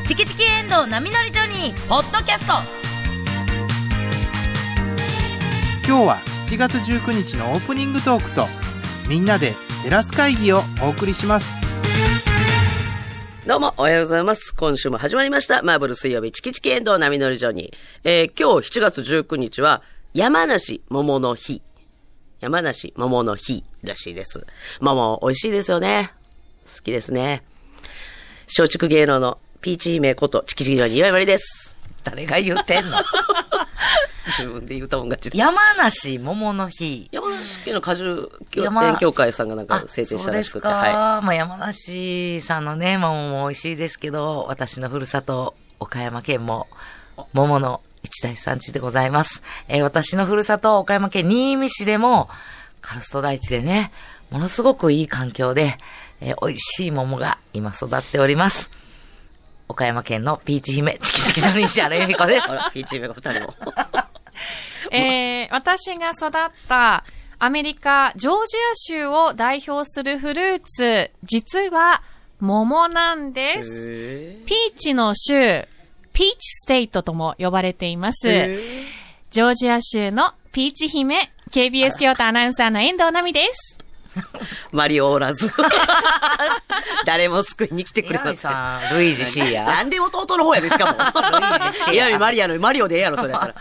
チキチキエンドウ波乗りジョニー」ポッドキャスト。 今日は7月19日のオープニングトークとみんなでテラス会議をお送りします。 どうもおはようございます。今週も始まりましたマーブル水曜日チキチキエンドウ波乗りジョニー。今日7月19日は山梨桃の日。山梨桃の日らしいです。桃美味しいですよね。好きですね。松竹芸能のピーチ姫ことチキチキの岩井まりです。 誰が言ってんの？ 自分で言うたもん勝ちです。 山梨桃の日。 山梨県の果樹園協会さんがなんか制定したらしくて。 はい。まあ、山梨さんのね、桃も美味しいですけど、私のふるさと、岡山県も桃の一大産地でございます。私のふるさと、岡山県新見市でも、カルスト大地でね、ものすごくいい環境で、美味しい桃が今育っております。岡山県のピーチ姫、チキチキの西原由美子です。 あら、ピーチ姫が二人も。 私が育ったアメリカ、ジョージア州を代表するフルーツ、実は桃なんです。ピーチの州、ピーチステイトとも呼ばれています。ジョージア州のピーチ姫、KBS 京都アナウンサーの遠藤奈美です。 マリオおらず。誰も救いに来てくれません。 さん、ルイージ C や。 なんで弟の方やで、しかも。ルイージ C や。マリアの、マリオでええやろ、それやったら。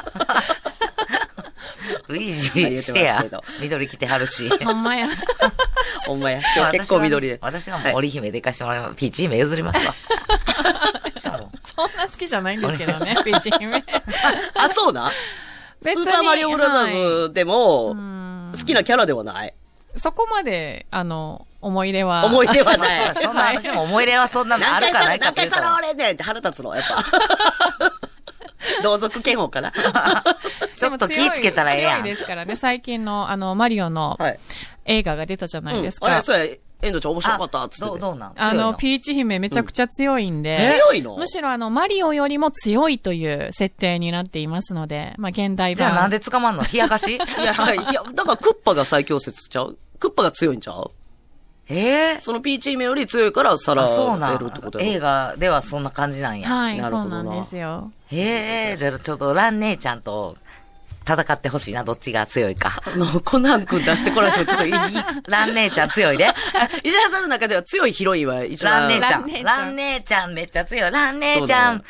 ルイージしてや。緑着てはるし。 ほんまや。 ほんまや。今日結構緑で。 私はもう織姫で行かしてもらいます。ピーチ姫譲りますわ。 そんな好きじゃないんですけどね、ピーチ姫。 あ、そうな。スーパーマリオブラザーズでも、好きなキャラではない。 そこまで、思い入れは。 思い入れはない。 そんな私も思い入れはそんなのあるかないかっていうと。 何回さらわれんねんって腹立つの、やっぱ。同族嫌悪かな。 ちょっと気ぃつけたらええやん。 強いですからね、最近のマリオの映画が出たじゃないですか。 あれ、そうや、遠藤ちゃん面白かったっつって。 どうなんピーチ姫めちゃくちゃ強いんで。 強いの？ むしろマリオよりも強いという設定になっていますので、まあ、現代版。 じゃあなんで捕まんの？冷やかし？いや、 だからクッパが最強説ちゃう？クッパが強いんちゃう？そのピーチ姫より強いからさられるってことやろ。 映画ではそんな感じなんや。 はい、そうなんですよ。 じゃあちょっとラン姉ちゃんと戦ってほしいな、どっちが強いか。 コナン君出してこないとちょっといい。 ラン姉ちゃん強いで。 石原さんの中では強いヒロインは一番。 ラン姉ちゃんめっちゃ強い。ラン姉ちゃん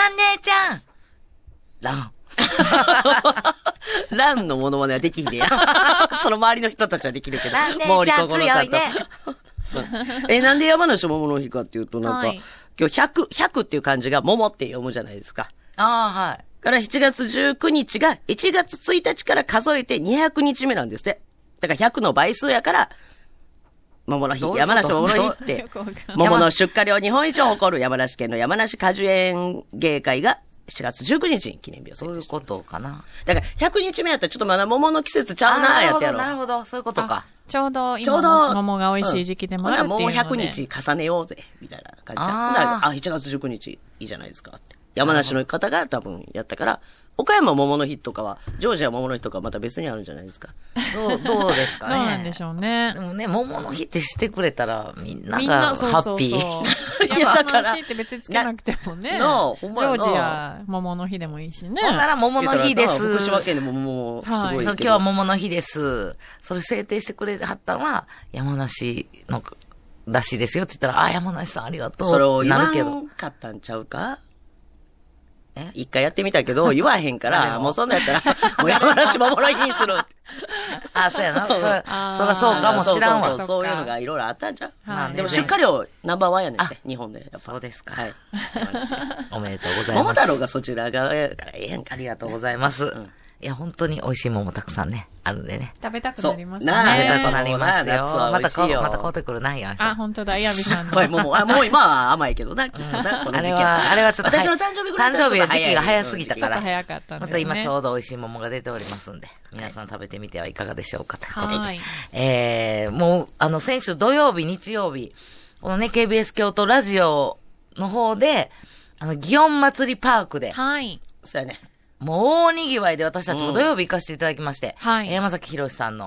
ランのモノマネはできんねや。その周りの人たちはできるけど。 ラン姉ちゃん強いね。 なんで山梨桃の日かっていうと、なんか、今日100っていう漢字が桃って読むじゃないですか。 はい。 から7月19日が1月1日から数えて200日目なんですって。だから100の倍数やから、桃の日って、山梨桃の日って、桃の出荷量日本一を誇る山梨県の山梨果樹園芸会が7月19日に記念日を制定した。 そういうことかな。 だから100日目やったらちょっとまだ桃の季節ちゃうな、やってやろう。 なるほど、そういうことか。 ちょうど今桃が美味しい時期でもあるっていうので。 もう100日重ねようぜ、みたいな感じで。7月19日いいじゃないですかって。山梨の方が多分やったから、岡山桃の日とかは、ジョージア桃の日とかまた別にあるんじゃないですか。 どうですかね。 どうなんでしょうね。 でもね、桃の日ってしてくれたら、みんながハッピー。 いや、だから。桃の日って別につけなくてもね。ジョージア桃の日でもいいしね。 ほんなら桃の日です。 福島県でも桃、すごい。 今日は桃の日です。それ制定してくれはったのは、山梨のらしいですよって言ったら、山梨さんありがとう。 それを言わんかったんちゃうか？一回やってみたけど、言わへんから、もうそんなんやったら、もう山梨桃の日にする。 そうやな。そらそうかもしらんわ。 そういうのがいろいろあったんじゃん。でも出荷量ナンバーワンやねんって、日本で。 そうですか。 はい。 おめでとうございます。 桃太郎がそちら側やからええやんか。 ありがとうございます。いや、本当に美味しい桃たくさんね、あるんでね。 食べたくなりますね。 食べたくなりますよ。また買うてくるな、岩井さん。 本当だ、岩見さんの。 もう今は甘いけどな、きっとな、この時期。 あれはちょっと。 私の誕生日ぐらい。 誕生日は時期が早すぎたから。 ちょっと早かったんですね。 また今ちょうど美味しい桃が出ておりますんで、皆さん食べてみてはいかがでしょうかということで。もう、先週土曜日、日曜日、このね、KBS 京都ラジオの方で、祇園祭りパークで。 はい。 そうやね。 もう大賑わいで私たちも土曜日行かせていただきまして、 はい。 山崎博さんの、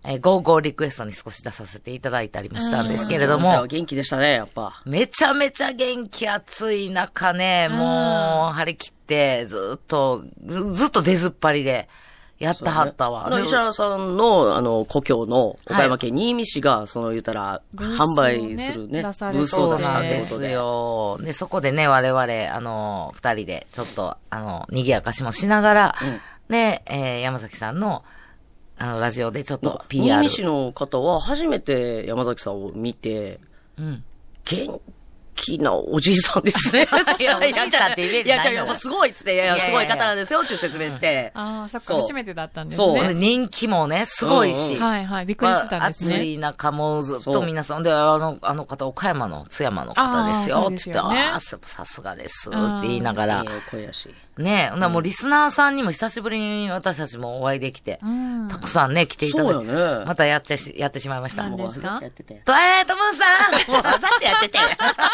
ゴーゴーリクエストに少し出させていただいたりもしたんですけれども、 元気でしたね、やっぱ。 めちゃめちゃ元気暑い中ね、もう張り切ってずっと出ずっぱりでやったはったわ。 石原さんの、故郷の岡山県新見市が、言ったら、販売するね、ブースを出したってことで。 ですよ。で、そこでね、我々、二人で、ちょっと、賑やかしもしながら、で、山崎さんの、ラジオでちょっと PR。 新見市の方は、初めて山崎さんを見て、元気なおじいさんですね。 いや、おじいさんってイメージないのよ。 すごいっつって、すごい方なんですよって説明して。 ああ、そっか、初めてだったんですね。 そう。人気もね、すごいし。 はいはい、びっくりしてたんですね。 暑い中もずっと皆さんで、あの方、岡山の津山の方ですよ、って言って、さすがです、って言いながら。ねもうリスナーさんにも久しぶりに私たちもお会いできて、たくさんね、来ていただいて、またやってしまいました。 何ですか？ トワイライトムーンさんもうわざとやってて。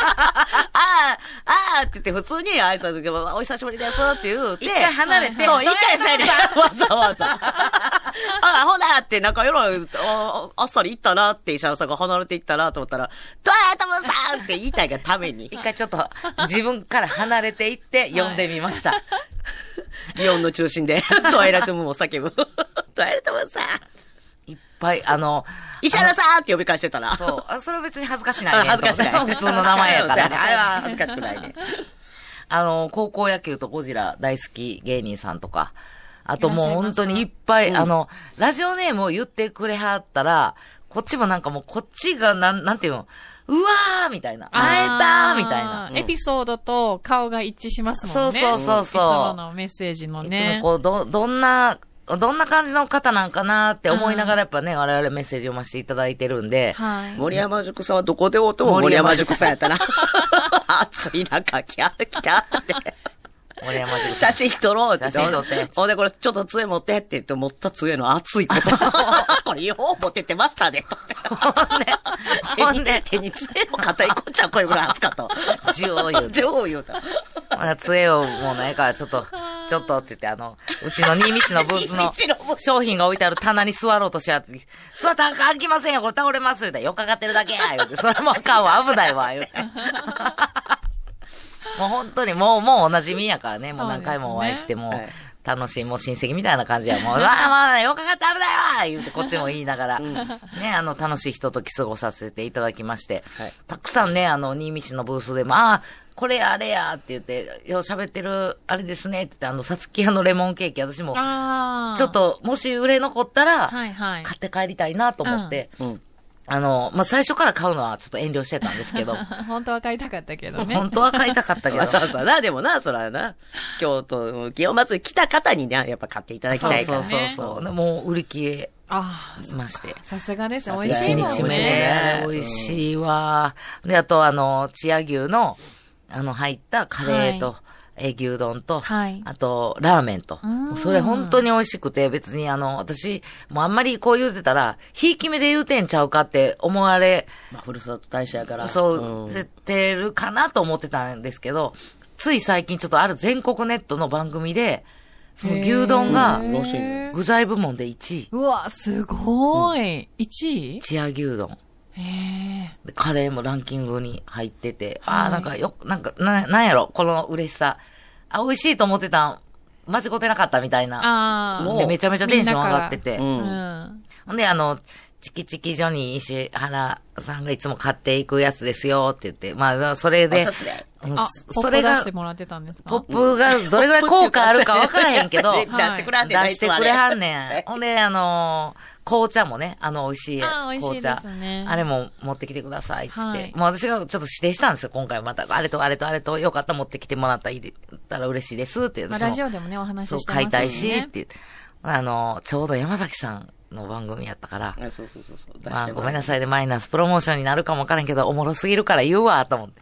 って言って普通に挨拶けば、お久しぶりですって言うて。 一回離れて。 そう、一回されて、わざわざ。ほなって、なんかよろ、あっさり行ったなって石原さんが離れて行ったなと思ったら、トワイライトムーンさんって言いたいがために。 一回ちょっと自分から離れていって呼んでみました。 リオンの中心で、トワイライトムーンを叫ぶ。トワイライトムーンさんいっぱい、 石原さんって呼び返してたら。 そう。それは別に恥ずかしないね。 恥ずかしない。 普通の名前やから。 あれは恥ずかしくないね。 高校野球とゴジラ大好き芸人さんとか、あともう本当にいっぱい、ラジオネームを言ってくれはったら、こっちもなんかもうこっちがなんていうの、うわーみたいな。会えたーみたいな。 エピソードと顔が一致しますもんね。 そう。 いつものメッセージのね。 いつもこう、どんな感じの方なんかなって思いながらやっぱね、我々メッセージ読ませていただいてるんで。 はい。 森山塾さんはどこでおっても森山塾さんやったな。暑い中、来たって。 森山塾写真撮ろうって。 写真撮って。 ほんでこれちょっと杖持ってって言って持った杖の熱いこと。これよう持ってってましたね。ほんで、手に杖の肩いこっちゃこれぐらい熱かったわ。 ジュー言うた。杖をもうないからちょっとって言ってうちの新見市のブースの商品が置いてある棚に座ろうとしやって、座ったらあきませんよ、これ倒れます言うて、よっかかってるだけや言うて、それもあかんわ、危ないわ、言うて。もう本当にもうお馴染みやからね、もう何回もお会いしても、楽しい、もう親戚みたいな感じや、もう、まあ、よかった危ないわ言うてこっちも言いながら、ね、楽しいひととき過ごさせていただきまして、たくさんね、新見市のブースでも、これあれやって言って、よう喋ってる、あれですねって言って、さつき屋のレモンケーキ、私も、ちょっと、もし売れ残ったら、買って帰りたいなと思って、最初から買うのはちょっと遠慮してたんですけど。 本当は買いたかったけどね。 本当は買いたかったけど。 そうな、でもな、そらな、京都、祇園祭り来た方にね、やっぱ買っていただきたいからね。 そう。でもう売り切れまして。 さすがです。美味しいもんね。 1日目ね。美味しいわ。で、あと千屋牛の、入ったカレーと、牛丼と、あと、ラーメンと。それ本当に美味しくて、別に私、もうあんまりこう言うてたら、ひいき目で言うてんちゃうかって思われ、 ふるさと大社やから。 そう、てるかなと思ってたんですけど、つい最近ちょっとある全国ネットの番組で、その牛丼が、具材部門で1位。 うわ、すごい。1位？ 千屋牛丼。カレーもランキングに入ってて、なんやろ、この嬉しさ。美味しいと思ってたん、間違ってなかったみたいな。で、めちゃめちゃテンション上がってて。ほんで、チキチキジョニー石原さんがいつも買っていくやつですよって言って、それで、 それが、出してもらってたんですか？ ポップがどれぐらい効果あるか分からへんけど、 出してくれはんねん。ほんで、紅茶もね、美味しい紅茶。あれも持ってきてくださいって言って。もう私がちょっと指定したんですよ、今回また。あれとよかったら持ってきてもらったら嬉しいですって言って。 ラジオでもね、お話ししてますしね。 買いたいしって言って。ちょうど山崎さんの番組やったから。 そう。 ごめんなさいでマイナスプロモーションになるかもわからんけど、おもろすぎるから言うわ、と思って。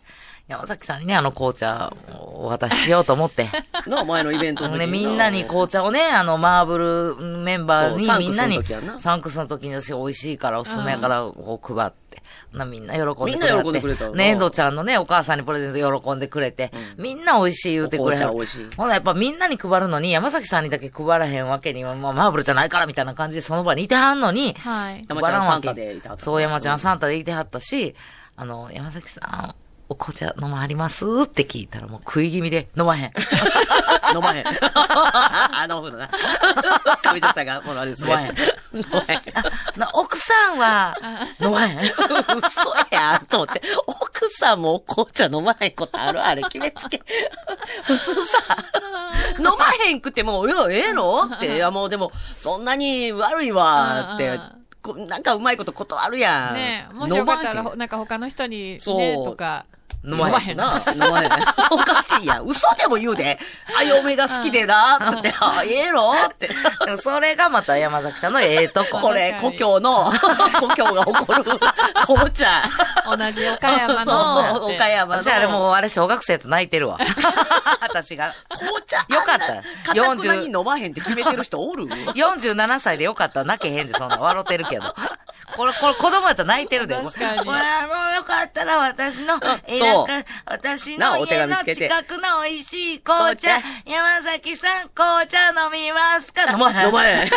山崎さんにね、紅茶をお渡ししようと思って。 前のイベントの時に。 みんなに紅茶をね、マーブルメンバーにみんなに、サンクスの時に私美味しいからおすすめやからこう配って。みんな喜んでくれて。みんな喜んでくれた。ね、遠藤ちゃんのね、お母さんにプレゼント喜んでくれて、みんな美味しい言うてくれる。美味しい。ほんなやっぱみんなに配るのに、山崎さんにだけ配らへんわけには、マーブルじゃないからみたいな感じでその場にいてはんのに、 はい。 配らんわけ。そう、山ちゃんサンタでいてはったし、山崎さん、お紅茶飲まはりますって聞いたらもう食い気味で飲まへん。 飲まへん。飲むのな。上条さんがものあれですね。飲まへん。 奥さんは飲まへん。 嘘やと思って。奥さんもお紅茶飲まへんことあるあれ決めつけ。普通さ、飲まへんくても、ええのって。いやもうでも、そんなに悪いわって。なんかうまいこと断るやん。 ねえ、もしよかったら、なんか他の人にね、とか。 飲まへんな。 飲まへん。おかしいやん。嘘でも言うで。嫁が好きでな、つって、ええのって。 でもそれがまた山崎さんのええとこ。 これ、故郷が誇る紅茶。 同じ岡山の。 岡山の。 じゃああれもう、小学生と泣いてるわ。私が。 紅茶。 よかった。 40に飲まへんって決めてる人おる ?47 歳でよかったら泣けへんで、そんな笑ってるけど。これ子供やったら泣いてるで。 確かに。 もうよかったら私の、私の家の近くの美味しい紅茶、山崎さん紅茶飲みますか？飲まへん。 飲まへん。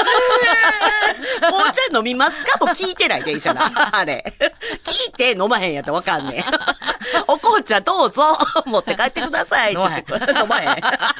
紅茶飲みますかも聞いてないで、一緒な。あれ。聞いて飲まへんやったらわかんねえ。お紅茶どうぞ持って帰ってください。飲まへん。飲まへん。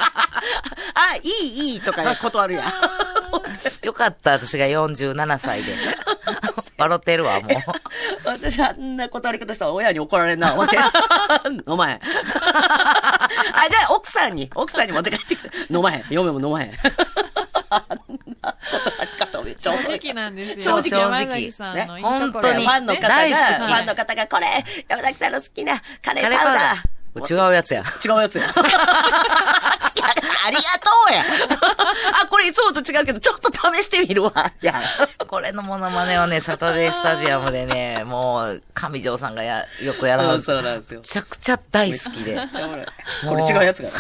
いいとか断るやん。 よかった、私が47歳で。笑ってるわ、もう。 私あんな断り方したら親に怒られんな、思って。飲まへん。じゃあ奥さんに持って帰ってくる。飲まへん。嫁も飲まへん。あんな断り方をめっちゃ正直なんですよ。 正直。 ね、 本当に。ファンの方がこれ、山崎さんの好きなカレーパウダー。 違うやつや。 違うやつや。ありがとうや。これいつもと違うけど、ちょっと試してみるわ。いや。 これのモノマネをね、サタデースタジアムでね、もう、上条さんがよくやらはる。 そうなんですよ。 めちゃくちゃ大好きで。 これ違うやつが。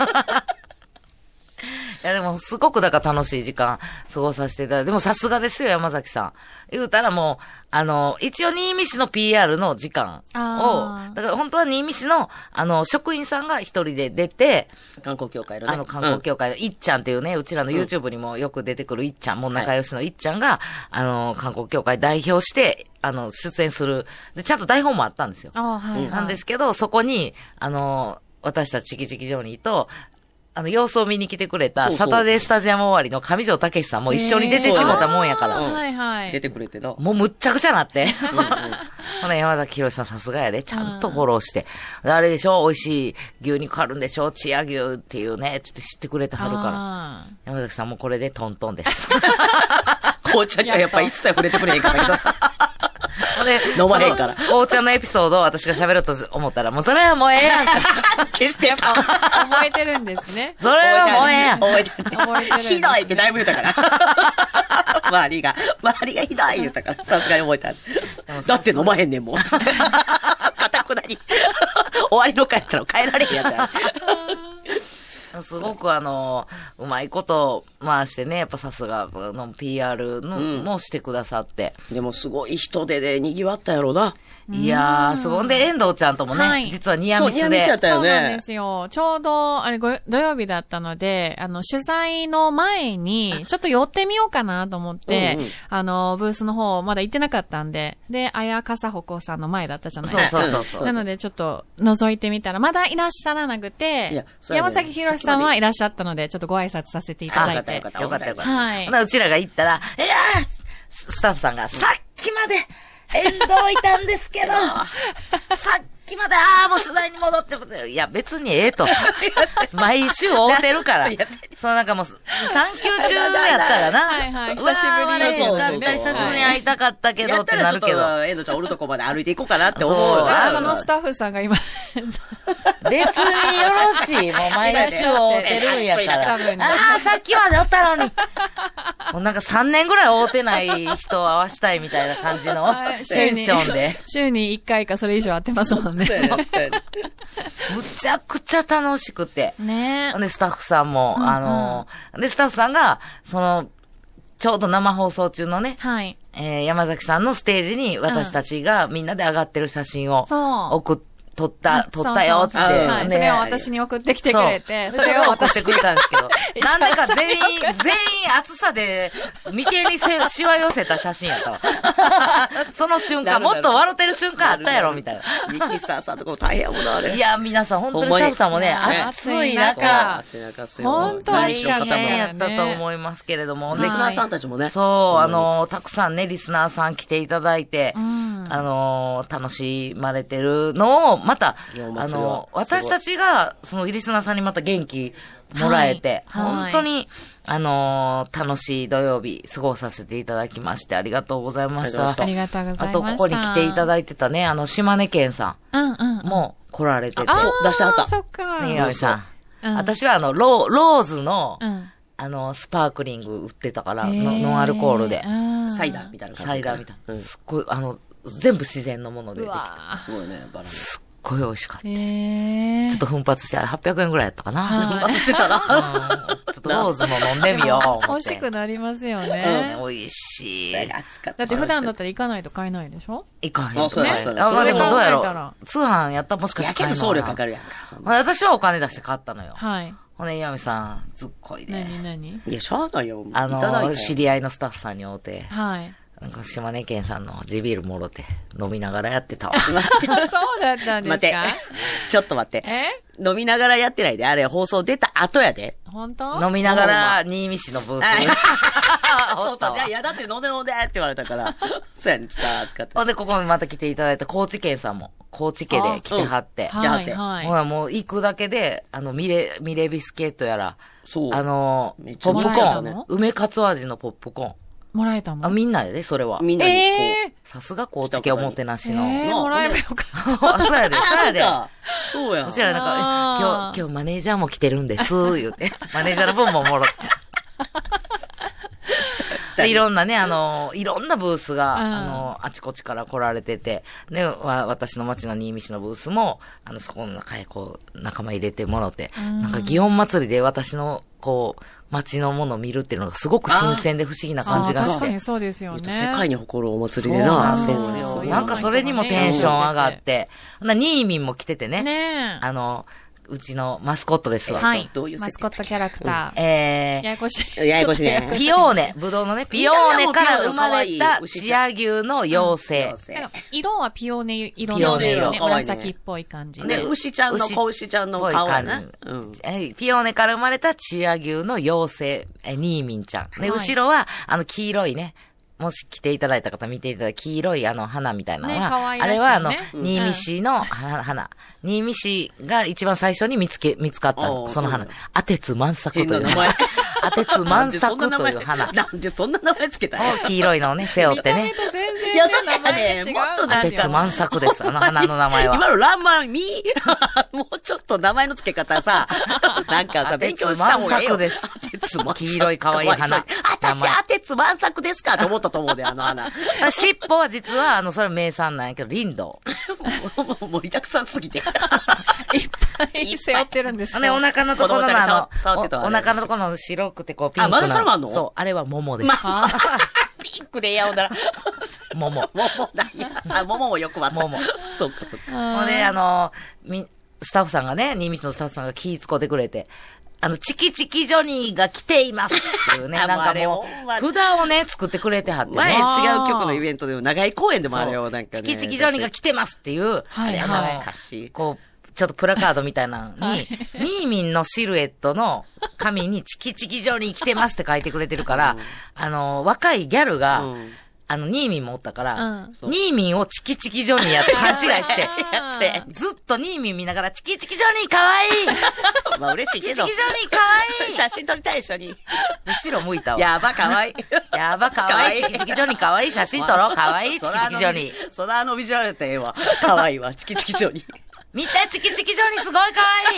いやでもすごくだから楽しい時間過ごさせていただいて、でもさすがですよ山崎さん。言うたらもう、一応新見市の PR の時間を、だから本当は新見市の、職員さんが一人で出て、 観光協会のね。 観光協会のいっちゃんっていうね、うちらの YouTube にもよく出てくるいっちゃん、もう仲良しのいっちゃんが、観光協会代表して、出演する。で、ちゃんと台本もあったんですよ。なんですけど、そこに、私たちチキチキジョニーと、様子を見に来てくれた、サタデースタジアム終わりの上条武さんも一緒に出てしもたもんやから。 はいはい。 出てくれてな。 もうむっちゃくちゃなって。ほな、山崎博さんさすがやで、ちゃんとフォローして。あれでしょ美味しい牛肉あるんでしょチア牛っていうね、ちょっと知ってくれてはるから。山崎さんもこれでトントンです。 紅茶にはやっぱ一切触れてくれへんからけど。 で、 飲まへんから。 紅茶のエピソードを私が喋ると思ったら、もうそれはもうええやんか。 決してやっぱ。 覚えてるんですね。 それはもうええやん。 覚えてる。ひどいってだいぶ言うたから。周りがひどい言うたから、さすがに覚えた。だって飲まへんねんもん。かたくなに。終わりの帰ったら帰られへんやつや。 すごくうまいこと回してね、やっぱさすがの PR の、もしてくださって。 でもすごい人で賑わったやろな。 いやー、すごい。で、遠藤ちゃんともね、実はニアミスで。 そう、ニアミスやったよね。 そうなんですよ。ちょうど、土曜日だったので、取材の前に、ちょっと寄ってみようかなと思って、ブースの方、まだ行ってなかったんで、で、綾笠穂子さんの前だったじゃないですか。 そう。 なので、ちょっと覗いてみたら、まだいらっしゃらなくて、山崎博さんはいらっしゃったので、ちょっとご挨拶させていただいて。 よかった。 はい。 うちらが行ったら、スタッフさんが、さっきまで、遠藤いたんですけど、さっきまで、もう取材に戻って、いや、別にええと。毎週会うてるから。 そうなんかもう、産休中やったらな。 はいはい。 うわ久しぶりに。 よかった、久しぶりに会いたかったけどってなるけど。 やったらちょっと、エンドちゃんおるとこまで歩いていこうかなって思うよ。 そのスタッフさんが今、 別によろしい。もう毎週会うてるんやから。ああ、さっきまでおったのに。もうなんか3年ぐらい会うてない人を会わしたいみたいな感じのテンションで。 週に1回かそれ以上会ってますもんね。 むちゃくちゃ楽しくて。 ねで、スタッフさんも、で、スタッフさんが、ちょうど生放送中のね、 はい。 山崎さんのステージに私たちがみんなで上がってる写真を撮ったよ、つって。 はい。それを私に送ってきてくれて、 それを送ってくれたんですけど、なんでか全員暑さで眉間にしわ寄せた写真やったわ。その瞬間、もっと笑ってる瞬間あったやろ、みたいな。 ミキサーさんとかも大変やもんな、あれ。 いや、皆さん、本当にスタッフさんもね、暑い中、 本当に大変やったと思いますけれども。 リスナーさんたちもね。 そう、たくさんね、リスナーさん来ていただいて、楽しまれてるのを、また、私たちが、リスナーさんにまた元気もらえて、本当に、楽しい土曜日過ごさせていただきまして、ありがとうございました。 ありがとうございました。 あと、ここに来ていただいてたね、島根県さんも来られてて、 出してはった。 そっか。 ねやみさん。私はローズの、スパークリング売ってたから、ノンアルコールで。 サイダーみたいな感じ。 サイダーみたいな。すっごい、全部自然のものでできた。すごいね、バランス。 すっごい美味しかった。ちょっと奮発してあれ800円ぐらいやったかな。 奮発してたな。 ちょっとローズも飲んでみよう。 美味しくなりますよね。 美味しい。 だって普段だったら行かないと買えないでしょ？ 行かへん。 そうね。 でもどうやろう。通販やったらもしかして買えない。 やけど送料かかるやんか。 私はお金出して買ったのよ。 はい。 ほんで、岩見さん、ずっこいで。 何いや、しゃあないよ。 知り合いのスタッフさんに会うて。 はい。 島根県さんの地ビールもろて飲みながらやってたわ。 そうだったんですか？ 待って。ちょっと待って。飲みながらやってないで。あれ放送出た後やで。 本当？ 飲みながら、新見市のブース。 そうそう。いや、だって飲んでって言われたから。そうやね、ちょっと扱って。 ほんで、ここにまた来ていただいた高知県さんも、高知家で来てはって。 はい、はい。 ほら、もう行くだけで、ミレビスケットやら、 そう。 ポップコーン、梅かつ味のポップコーン。 もらえたもん。 みんなやで、それは。 みんなにさすが高知家おもてなしの。 もらえばよかった。 そうやで、そうやで。 そうや。 うちらなんか、今日マネージャーも来てるんです、言うて。マネージャーの分ももろって。いろんなね、いろんなブースが、あちこちから来られてて、で、私の町の新見市のブースも、そこの中へ仲間入れてもらって、なんか祇園祭りで私の、町のものを見るっていうのがすごく新鮮で不思議な感じがして。 確かにそうですよね。 世界に誇るお祭りでな。 そうなんですよ。なんかそれにもテンション上がって、ニーミンも来ててね。 ねうちのマスコットですわ。 はい。どういうマスコットキャラクター。ややこしい。 ややこしいね。 ピオーネ、ぶどうのね、ピオーネから生まれたチア牛の妖精。 色はピオーネ色のね、紫っぽい感じ。 で、牛ちゃんの、子牛ちゃんの顔やな。 ピオーネから生まれたチア牛の妖精、ニーミンちゃん。で、後ろは、黄色いね、もし来ていただいた方見ていただいた黄色い花みたいなのは、あれは新見市の花。新見市が一番最初に見つかったその花。アテツ満作という名前。アテツ満作という花。 なんでそんな名前つけたの？ 黄色いのをね、背負ってね。 いや、そうだね。もっとアテツ満作です、花の名前は。 今のランマンミーもうちょっと名前の付け方さ、なんかさ、勉強したもんね。 アテツ満作です。黄色い可愛い花。 私、アテツ満作ですかと思ったと思うで、花。 尻尾は実は、それ名産なんやけど、林道。 盛りだくさんすぎて。 いっぱい背負ってるんですよ。 ね、お腹のところのお腹のところの白くてピンクの。 まだそれもあんの？ そう、あれは桃です。 ピンクでやおんだら。 桃。 桃だ。桃もよくわった。 桃。 そっかそっか。 ほんで、スタッフさんがね、新見市のスタッフさんが気使ってくれて、チキチキジョニーが来ていますっていうね、なんかもう、札をね、作ってくれてはってね。 前違う曲のイベントでも、長井公園でもあれよ、なんかね。 チキチキジョニーが来てますっていう、ちょっとプラカードみたいなのに、ニーミンのシルエットの紙にチキチキジョニー来てますって書いてくれてるから、若いギャルが、 ニーミンもおったから、 うんニーミンをチキチキジョニーやって勘違いして、 うんずっとニーミン見ながら、チキチキジョニーかわいいまあ嬉しいけど。 チキチキジョニーかわいい写真撮りたい一緒に。 後ろ向いたわ。 やば、かわいい。 やば、かわいい。チキチキジョニーかわいい。写真撮ろう。かわいい。チキチキジョニー。 そらビジュアルってええわ。かわいいわ。チキチキジョニー。 見て、チキチキジョニーすごいかわいい。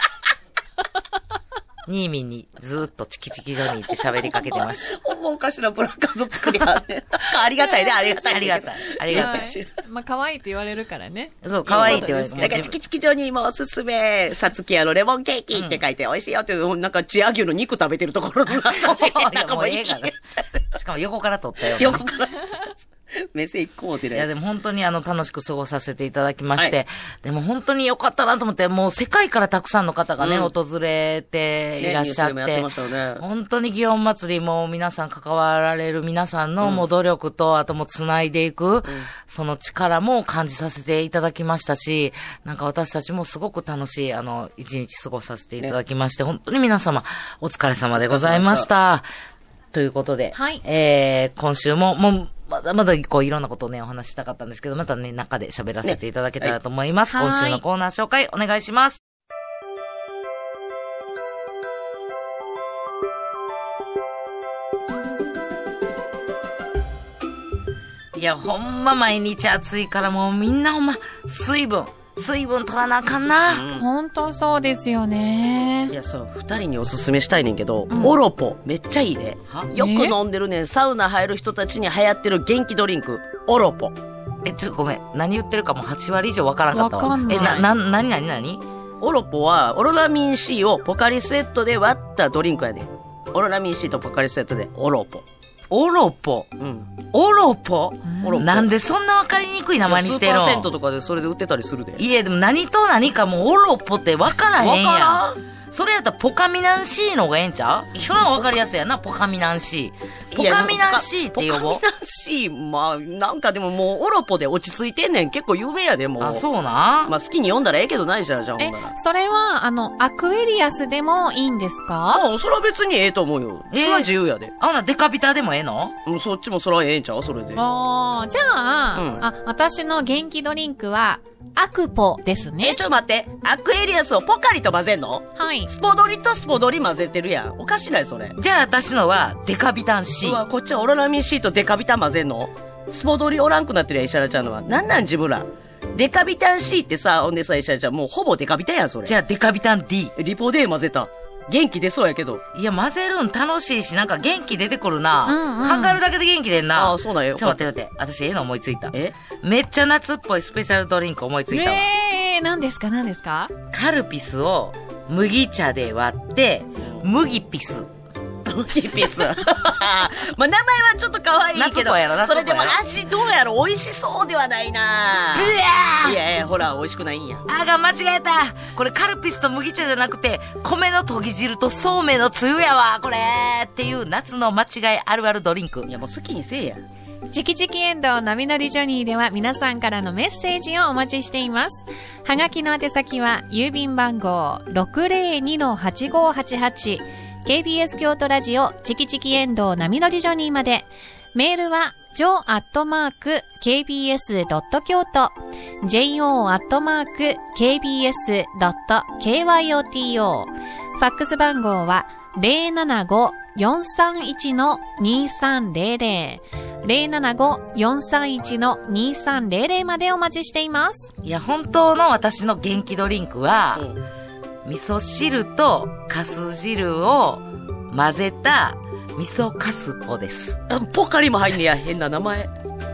ニーミンにずーっとチキチキジョニーって喋りかけてました。 おかしなプラカード作りはね。ありがたいね、ありがたい。 ありがたい。ありがたい。 まあ、可愛いって言われるからね。 そう、かわいいって言われてなんかチキチキジョニーもおすすめ、さつき屋のレモンケーキって書いて美味しいよっていう、なんかチア牛の肉食べてるところのなんかもういい。 しかも横から撮ったよ。 横から。目線一個も出ない。 いや、でも本当に楽しく過ごさせていただきまして、でも本当に良かったなと思って、もう世界からたくさんの方がね、訪れていらっしゃって、本当に祇園祭りも皆さん関わられる皆さんのもう努力と、あともう繋いでいく、その力も感じさせていただきましたし、なんか私たちもすごく楽しい、一日過ごさせていただきまして、本当に皆様、お疲れ様でございました。ということで、 はい、 今週も、もう、まだまだいろんなことをね、お話したかったんですけど、またね、中で喋らせていただけたらと思います。今週のコーナー紹介、お願いします。いや、ほんま毎日暑いからもうみんなほんま、水分取らなあかんな。 ほんとそうですよね。 いや、そう、二人におすすめしたいねんけど、オロポ、めっちゃいいね。よく飲んでるねん、サウナ入る人たちに流行ってる元気ドリンク、オロポ。 ちょっとごめん。何言ってるかもう8割以上わからんかったわ。 わかんない。 何オロポは、オロナミン C をポカリスエットで割ったドリンクやねん。オロナミン C とポカリスエットで、オロポ。 オロポ。 うん。 オロポなんでそんなわかりにくい名前にしてるの？ スーパーセントとかでそれで売ってたりするで。 いや、でも何と何かもうオロポってわからへんやん。 わからん？ それやったらポカミナン C の方がええんちゃう？それはわかりやすいやな、ポカミナン C。ポカミナン C って呼ぼう。 ポカミナン C、まあ、なんかでももうオロポで落ち着いてんねん。結構有名やで、もう。 あ、そうな。 まあ好きに読んだらええけどないじゃん、じゃあほんなら。 それは、アクエリアスでもいいんですか？ あ、それは別にええと思うよ。それは自由やで。 あ、デカビタでもええの？ うん、そっちもそれはええんちゃう？それで。 じゃあ、私の元気ドリンクは、アクポですね。 ちょっと待って。アクエリアスをポカリと混ぜんの？ はい。 スポドリとスポドリ混ぜてるやん。おかしないそれ。 じゃあ私のはデカビタン C。 うわ、こっちはオロナミン C とデカビタン混ぜんの？スポドリおらんくなってるやん、石原ちゃんのは。なんなん自分ら。デカビタン C ってさ、ほんでさ、石原ちゃんもうほぼデカビタンやん、それ。 じゃあデカビタン D。 リポデー混ぜた。元気出そうやけど。 いや、混ぜるん楽しいし、なんか元気出てくるな。 うんうん。 考えるだけで元気出んな。 あ、そうなんよ。 ちょっと待って。私、の思いついた。めっちゃ夏っぽいスペシャルドリンク思いついたわ。 何ですか？ カルピスを麦茶で割って、麦ピス。 麦ピス。まあ、名前はちょっと可愛いけど、それでも味どうやろ？美味しそうではないな。いやいや、ほら、美味しくないんや。 間違えた。これカルピスと麦茶じゃなくて、米の研ぎ汁とそうめんのつゆやわ、これっていう夏の間違いあるあるドリンク。 いや、もう好きにせえや。 チキチキエンドウ波乗りジョニーでは皆さんからのメッセージをお待ちしています。はがきの宛先は郵便番号 602-8588 KBS 京都ラジオチキチキエンドウ波乗りジョニーまで。メールはjo@kbs.kyoto jo@kbs.kyoto ファックス番号は 075-431-2300 075-431-2300までお待ちしています。 いや、本当の私の元気ドリンクは、味噌汁とかす汁を混ぜた味噌かすぽです。 ポカリも入んねや、変な名前。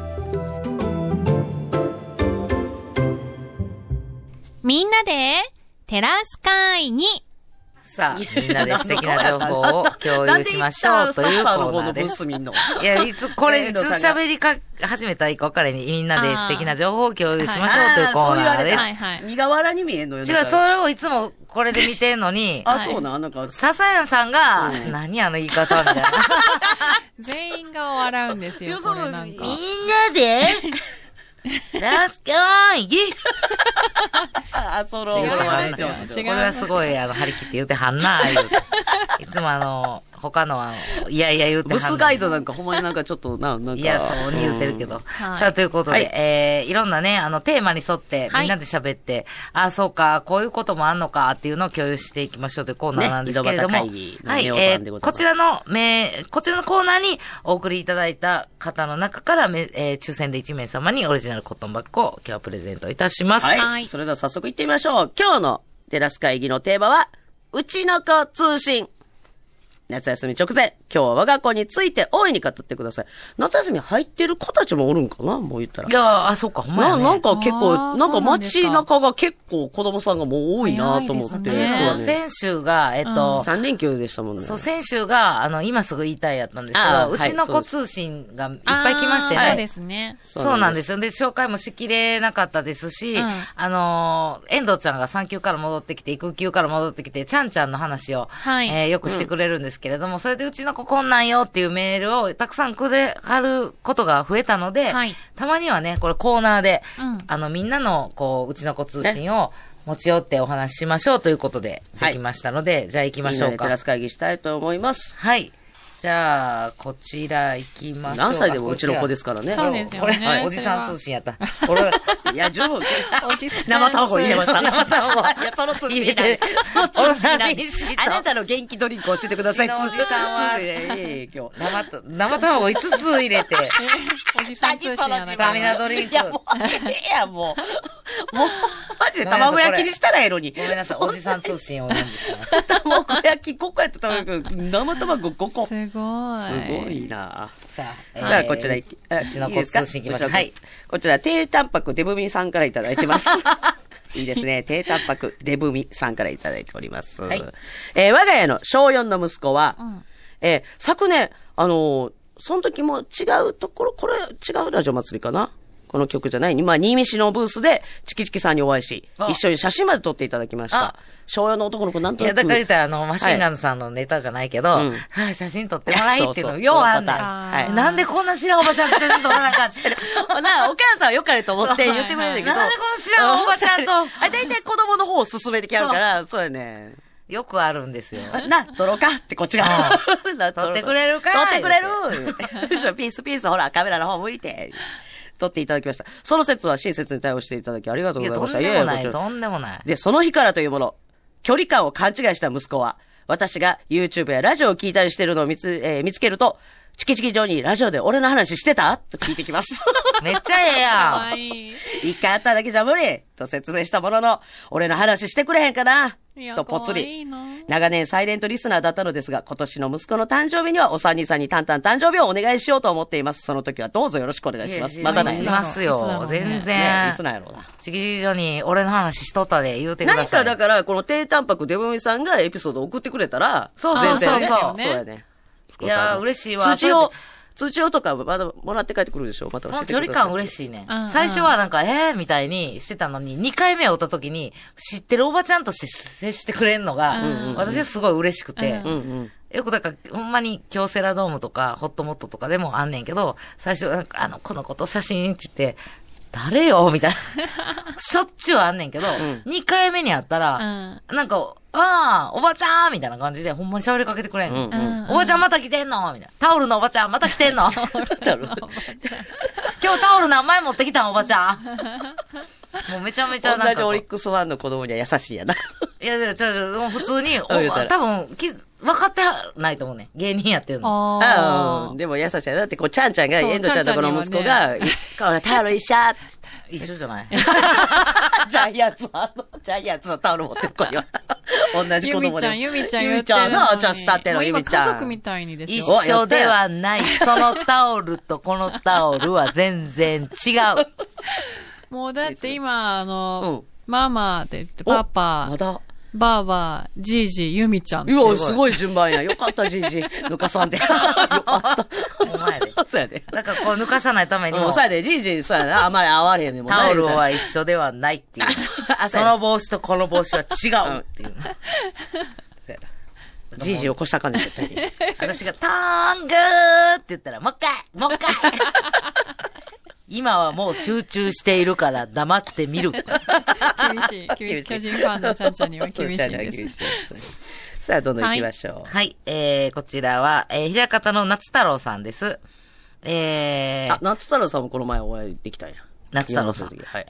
みんなでテラス会にさあ、みんなで素敵な情報を共有しましょうというコーナーです。いや、いつ喋り始めたらいいか分からへん。みんなで素敵な情報を共有しましょうというコーナーです。 苦笑に見えんのよ。 違う、それをいつもこれで見てんのに。 そうなんか。 笹谷さんが、何あの言い方みたいな。 全員が笑うんですよ、それなんか。 みんなでラスカーイこれはすごい、張り切って言うてはんな、いつも他のは、いやいや言うてはんのブスガイドなんかほんまになんかちょっとなんか。 いや、そうに言うてるけど。 はいさあ、ということで、いろんなね、テーマに沿ってはいみんなで喋って、あ、そうか、こういうこともあんのかっていうのを共有していきましょうというコーナーなんですけれども。 ね井戸端会議のはい、 ネオ版でございますこちらのコーナーにお送りいただいた方の中から抽選で1名様にオリジナルコットンバッグを今日はプレゼントいたします。 はい。 はいそれでは早速行ってみましょう。今日のテラス会議のテーマは、うちの子通信。夏休み直前、今日は我が子について大いに語ってください。夏休み入ってる子たちもおるんかなもう言ったら。 いや、あ、そうか、ほんまやね。 なんか結構、 あーなんかそうなんですか街中が結構子供さんがもう多いなと思って。 早いですねそうだね。 先週が、 3連休でしたもんね。 そう、先週が、今すぐ言いたいやったんですけど、 あーうちの子はいそう通信がいっぱい来ましてね。 そうですね。 そうなんですよ。で、紹介もしきれなかったですし、 うん遠藤ちゃんが産休から戻ってきて、育休から戻ってきて、ちゃんちゃんの話を、 はいよくしてくれるんですけれども、それでうちの子こんなんよっていうメールをたくさんくれはることが増えたので、 はいたまにはね、これコーナーで、 うんみんなの、うちの子通信を持ち寄ってお話ししましょうということで、できましたので、じゃあ行きましょうかみんなでテラ。ス会議したいと思います。 はい。じゃあ、こちら行きましょうか。 何歳でもうちの子ですからね。 そうですよこれ、 ねおじさん通信やった。これ、 いや、上手。 おじさん生卵入れました。 生卵いや、その通信入れてその通信オナニーシートあなたの元気ドリンク教えてください。 うちのおじさんはいやいやいや今日。 生卵5つ入れて、 おじさん通信やなスタミナドリンクいや、もう、もう、マジで卵焼きにしたらええのに。 ごめんなさい、おじさん通信を読んでしまいました。 卵焼き5個やったら生卵5個。 すごい。 すごいなさあ、 さあ、こちら行き、 うちの子通信行きましょう。はい。 こちら、低タンパクデブミさんからいただいてます。いいですね。低タンパクデブミさんからいただいております。 はい我が家の小4の息子は、 うん昨年、その時も違うところ、これ違うラジオ祭りかなこの曲じゃないに、新見市のブースで、チキチキさんにお会いし、 あ一緒に写真まで撮っていただきましたあ。 小4の男の子なんといや、 なく。 だから言ったら、マシンガンズさんのネタじゃないけど、 うんはい写真撮ってもらいっていうの、 そうそうようあんねん。 はいなんでこんな知らんおばちゃんと写真撮らなかったお母さんは良かれと思って言ってくれるんだけど。 なんでこの知らんおばちゃんとあ、大体子供の方を進めてきゃうから、そうやね。 よくあるんですよ。 撮ろうかってこっちが。 撮ってくれるか撮ってくれるピースピース、ほら、カメラの方向いて。撮っていただきました。その説は親切に対応していただきありがとういや、 ございました。 とんでもない、 こちらとんでもない。 で、その日からというもの、距離感を勘違いした息子は、私が YouTube やラジオを聞いたりしてるのを見つけると、チキチキジョニー、ラジオで俺の話してたと聞いてきます。 めっちゃええやかわいい。 一回会っただけじゃ無理と説明したものの、俺の話してくれへんかないやとぽつかわいりいな。 長年サイレントリスナーだったのですが、今年の息子の誕生日にはお三人さんに誕生日をお願いしようと思っています。その時はどうぞよろしくお願いします。 いやまだないいますよ。 いつだろうね全ね然い。つなんやろうな。 ちぎじ所に俺の話しとったで言うてください。 何かだから、この低タンパクデブミさんがエピソードを送ってくれたら、 そうそうそうそう全然ねそうやね。 いや嬉しいわ通知をとかまだもらって帰ってくるでしょまた教このえてください。 距離感嬉しいねうんうん。 最初はなんか、みたいにしてたのに、2回目会った時に、知ってるおばちゃんとして接してくれんのがうん、 私はすごい嬉しくてう、 うんうん。 よくだから、ほんまに京セラドームとか、ホットモットとかでもあんねんけど、最初、なんかこの子と写真って言って、誰よみたいな。しょっちゅうあんねんけど、 ん 2回目に会ったら、なんか、おばちゃんみたいな感じで、ほんまに喋りかけてくれんの。 うんうんおばちゃんまた来てんのみたいな。タオルのおばちゃんまた来てんの今日タオル何枚持ってきたんおばちゃん。もうめちゃめちゃなんか。 同じオリックスファンの子供には優しいやな。 いや、もう普通に、 言うたら多分、分かってないと思うね。芸人やってるの。 あでも優しいやな。だってこう、ちゃんちゃんが、 そう遠藤ちゃんとこの息子が、これタオル一緒一緒じゃないジャイアンツのタオル持ってる子には。同じ子供で。 ゆみちゃん言ゆみちってるのに。 ゃんな、じゃあしたっての、ゆみちゃん。 今家族みたいにですよ。 一緒ではない。そのタオルとこのタオルは全然違う。 もうだって今、 うんママって言って、パパま、だ。 ばあば、じいじ、ゆみちゃん。 うわ、すごい順番や。よかった、じいじ。抜かさんで。よかった。 お前で。 そうやで。 だからこう抜かさないためにもそう、やで、じいじ、そうやな。あんまり合われへんねんもんなタオルは一緒ではないっていう。 あその帽子とこの帽子は違うっていう。 じいじを越したかんねん、絶対に。 私が、トーングーって言ったら、もう一回今はもう集中しているから黙ってみる。 厳しい。巨人ファンのちゃんちゃんには厳しいです。 そうさあ、どんどん行きましょう。 はい。こちらは、平方の夏太郎さんです。 夏太郎さんもこの前お会いできたんや。 夏太郎さん。 はい。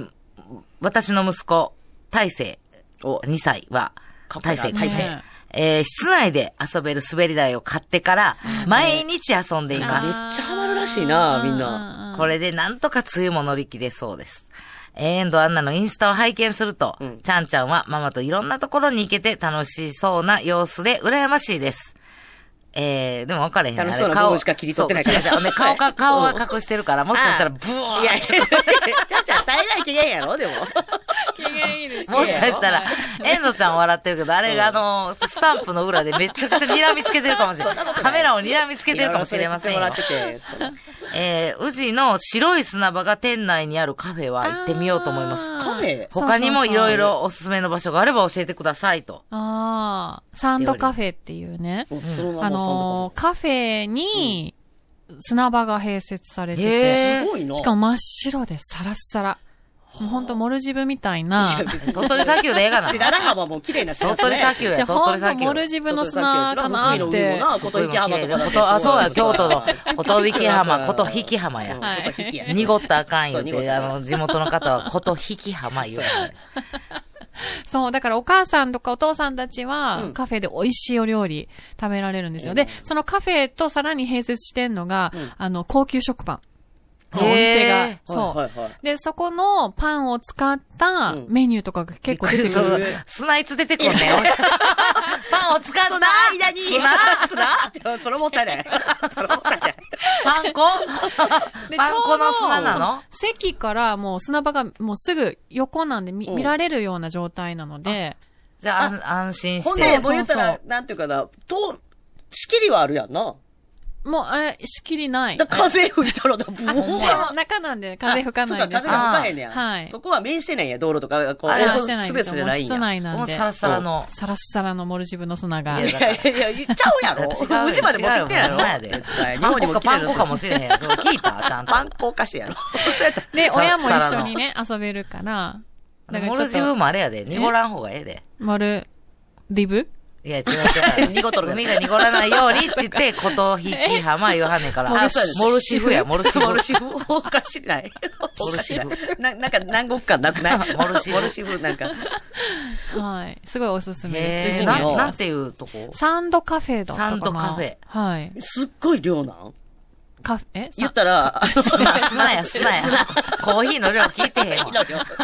私の息子、大勢、2歳は、大勢。室内で遊べる滑り台を買ってから、毎日遊んでいます。 めっちゃハマるらしいな、みんな。 これでなんとか梅雨も乗り切れそうです。遠藤アンナのインスタを拝見すると、ちゃんちゃんはママといろんなところに行けて楽しそうな様子で羨ましいです。でも分かれへん。 楽しそうな部分しか切り取ってないから。 そう、顔は隠してるから、もしかしたらブワーって。 いや、ちゃんちゃん大概機嫌やろでも。 機嫌いいですね。 もしかしたら、遠藤ちゃん笑ってるけど、あれがスタンプの裏でめちゃくちゃ睨みつけてるかもしれない。カメラを睨みつけてるかもしれませんよ。宇治の白い砂場が店内にあるカフェは行ってみようと思います。 カフェ他にもいろいろおすすめの場所があれば教えてくださいと。 サンドカフェっていうね。カフェに砂場が併設されてて、しかも真っ白でサラッサラ。もうほんとモルジブみたいな。 鳥取砂丘で映画なの。 白良浜も綺麗な鳥取砂丘や、鳥取砂丘。 モルジブの砂かなって。 琴引浜とか。 そうや、京都の琴引浜、琴引浜や。濁ったらあかんよって、地元の方は琴引浜言う。 そう、だからお母さんとかお父さんたちは、カフェで美味しいお料理食べられるんですよ。で、そのカフェとさらに併設してんのが、高級食パン。お店が。そう。で、そこのパンを使ったメニューとかが結構出てくる。 砂いつ出てくるね。パンを使った間に砂それもったいない。 パン粉の砂なの？ 席からもう砂場がもうすぐ横なんで見られるような状態なので。 じゃあ安心して。 ほんで、もう言ったら、なんていうかな、仕切りはあるやんな。 もう、仕切りない。 風吹いたらブワー。中なんで風吹かないんです。 風が吹かへんねや。はい。そこは面してないんや、道路とか、こう、スペースじゃないんや。 室内なんで。 もうサラサラの。 サラサラのモルジブの砂が。 いや、言っちゃうやろ。うちまで持ってきてやろ。 パン粉かもしれへん。そう聞いたちゃんと。 パン粉お菓子やろ。 で、親も一緒にね、遊べるから。 モルジブもあれやで。濁らん方がええで。 モルディブいや、違う。濁とる。海が濁らないようにって言って、琴引浜言わはんねんから。モルシフや、モルシフ。 モルシフおかしない。 モルシフ。 なんか南国感なくないモルシフなんか。 はい。すごいおすすめです。 なんていうとこサンドカフェだったかな。 サンドカフェ。 はい。 すっごい量なん言ったら、 砂や。コーヒーの量聞いてへんわ。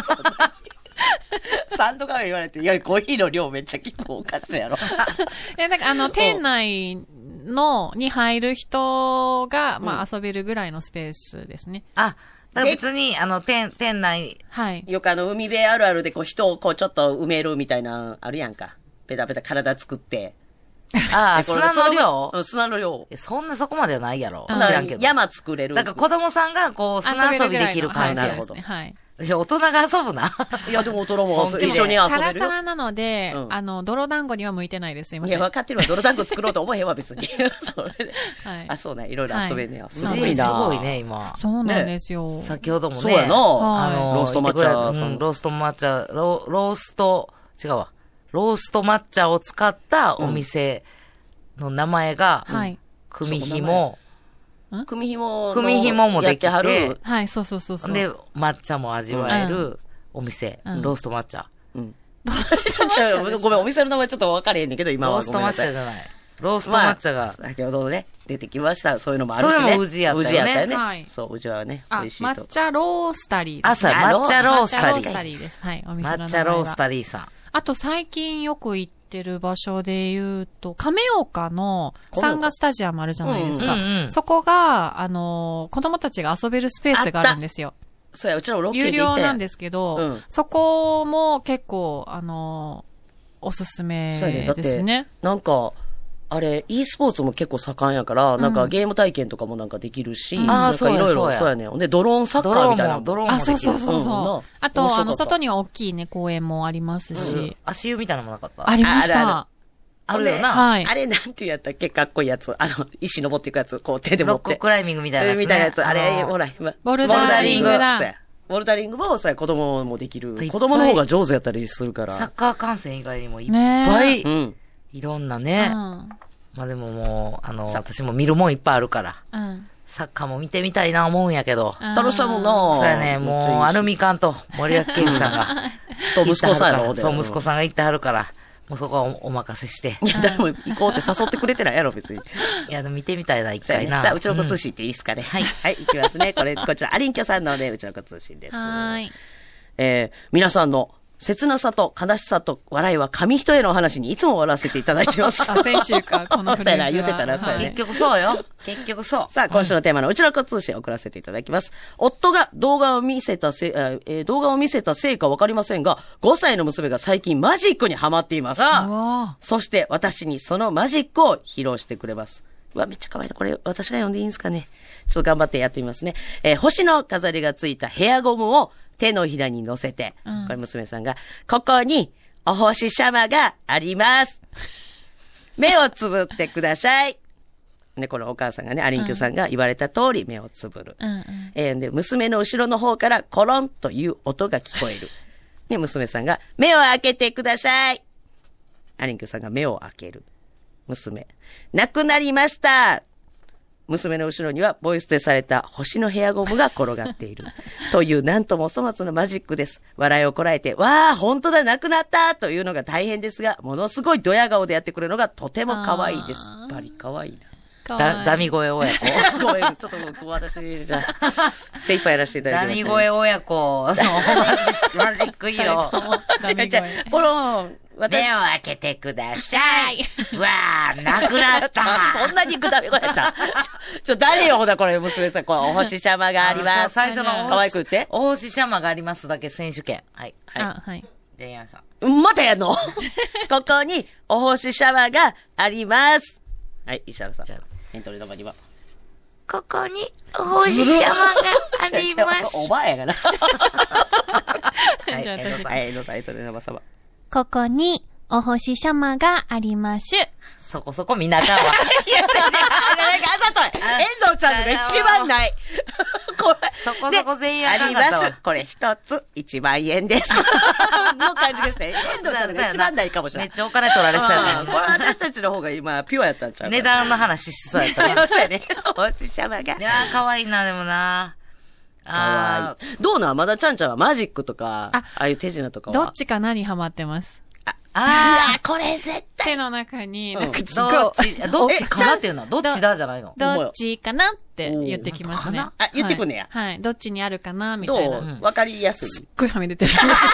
サンドカフェ言われて、いや、コーヒーの量めっちゃ結構おかしいやろ。 だから店内に入る人が、まあ遊べるぐらいのスペースですね。 だから別に、店内。 はい。 よく海辺あるあるで、人をちょっと埋めるみたいな、あるやんか。ペタペタ体作って。 砂の量砂の量。 そこまではないやろ。知らんけど。 山作れる。 だから子供さんが砂遊びできる感じ。 なるほど。 はい。 いや、大人が遊ぶな。 いや、でも大人も一緒に遊べるよ。 サラサラなので、泥団子には向いてないです。すいません。 いや、分かってるわ。泥団子作ろうと思えへんわ、別に。それで。はい。そうね。いろいろ遊べんねや。すごいな。 すごいね、今。 そうなんですよ。 先ほどもね。 そうやな。 ロースト抹茶を使ったお店の名前が、組紐。 組紐もできて、 はい、そう。 で、抹茶も味わえるお店、ロースト抹茶。 ごめん、お店の名前ちょっと分かれへんねんけど、今は。 ロースト抹茶じゃない。ロースト抹茶が。 先ほどね、出てきました。そういうのもあるしね。 それも宇治やったよね。 はい。 そう、宇治はね、美味しいと。 抹茶ロースタリー。 抹茶ロースタリーです。はい、お店の名前は。 抹茶ロースタリーさん。 あと最近よく行ってる場所で言うと、亀岡のサンガスタジアムあるじゃないですか。そこが、子供たちが遊べるスペースがあるんですよ。 そうや、うちのロケで有料なんですけど、そこも結構、おすすめですね。 なんか、あれ、e スポーツも結構盛んやから、なんかゲーム体験とかもなんかできるし、なんかいろいろ、そうやね。で、ドローンサッカーみたいな。 ドローンもできる。 そう。あと、外には大きいね、公園もありますし。 足湯みたいなのもなかった？ ありました。 あるよな。 はい。 あれなんてやったっけかっこいいやつ。石登っていくやつ、こう手で持って。 ロッククライミングみたいなやつ。 みたいなやつ。あれ、ほら、 ボルダリングだ。 ボルダリングもさ、子供もできる。子供の方が上手やったりするから。 サッカー観戦以外にもいっぱい。 いろんなね。まあでももう、私も見るもんいっぱいあるから。サッカーも見てみたいな思うんやけど。 楽しそうもんな。 そうやね、もう、アルミ缶と森脇健児さんが。 と息子さんやろ。 そう、息子さんが行ってはるから。もうそこはお任せして。 いや、誰も行こうって誘ってくれてないやろ、別に。 いや、でも見てみたいな、一回な。 さあ、うちの子通信っていいですかね。はい。はい、行きますね。こちら、アリンキョさんのね、うちの子通信です。 はい。 皆さんの切なさと悲しさと笑いは紙一重の話にいつも笑わせていただいてます。 先週か、このフレーズは。 言ってたら、そうやね。 結局そうよ。結局そう。 さあ、今週のテーマのうちの子通信を送らせていただきます。夫が動画を見せたせいかわかりませんが、5歳の娘が最近マジックにハマっています。そして私にそのマジックを披露してくれます。うわ、めっちゃ可愛いな。これ私が読んでいいんですかね。ちょっと頑張ってやってみますね。星の飾りがついたヘアゴムを手のひらに乗せて、これ娘さんが、ここにお星様があります。目をつぶってください。ね、このお母さんがね、アリンキュさんが言われた通り目をつぶる。で、娘の後ろの方からコロンという音が聞こえる。ね、娘さんが、目を開けてください。アリンキュさんが目を開ける。娘、亡くなりました。娘の後ろにはポイ捨てされた星のヘアゴムが転がっている。というなんともお粗末なマジックです。笑いをこらえて、わー、本当だ、なくなったというのが大変ですが、ものすごいドヤ顔でやってくれるのがとても可愛いです。やっぱり可愛いな。 ダミ声親子。 ごめん、ちょっと私、じゃあ、精一杯やらせていただきました、 ダミ声親子のマジック披露。 この、 目を開けてください。わー、なくなった。 そんなにくだめ声やった。誰よ、ほだ、これ、娘さん、これ、お星様があります。 最初の可愛く言って。 お星様がありますだけ選手権。はい。 はい。 じゃあ、山さん。 またやんのここに、お星様があります。はい、石原さん。エントリーの場には。 ここに、お星様があります。 おばあやがな。 じゃあ、私。 はい、エントリーの場様。 ここに、お星様があります。 そこそこみんなあかんわ。 いや、あざとい。遠藤ちゃんのが一番ない。これ。 そこそこ全員あかんかったわ。 あります。これ一つ1万円です。の感じがして。遠藤ちゃんのが一番ないかもしれない。 めっちゃお金取られそうやね。これ私たちの方が今、ピュアやったんちゃう値段の話しそうやったな。 そうやね。お星様が。 いやー、かわいいな、でもな。 どうなんまだちゃんちゃんはマジックとか、ああいう手品とかは。 どっちか何ハマってます。 これ絶対。 手の中に、なんかどっちかなっていうのはどっちだじゃないのどっちかなって言ってきますね。 言ってくんねや。 はい。どっちにあるかなみたいな。 どうわかりやすい。 すっごいはみ出てる。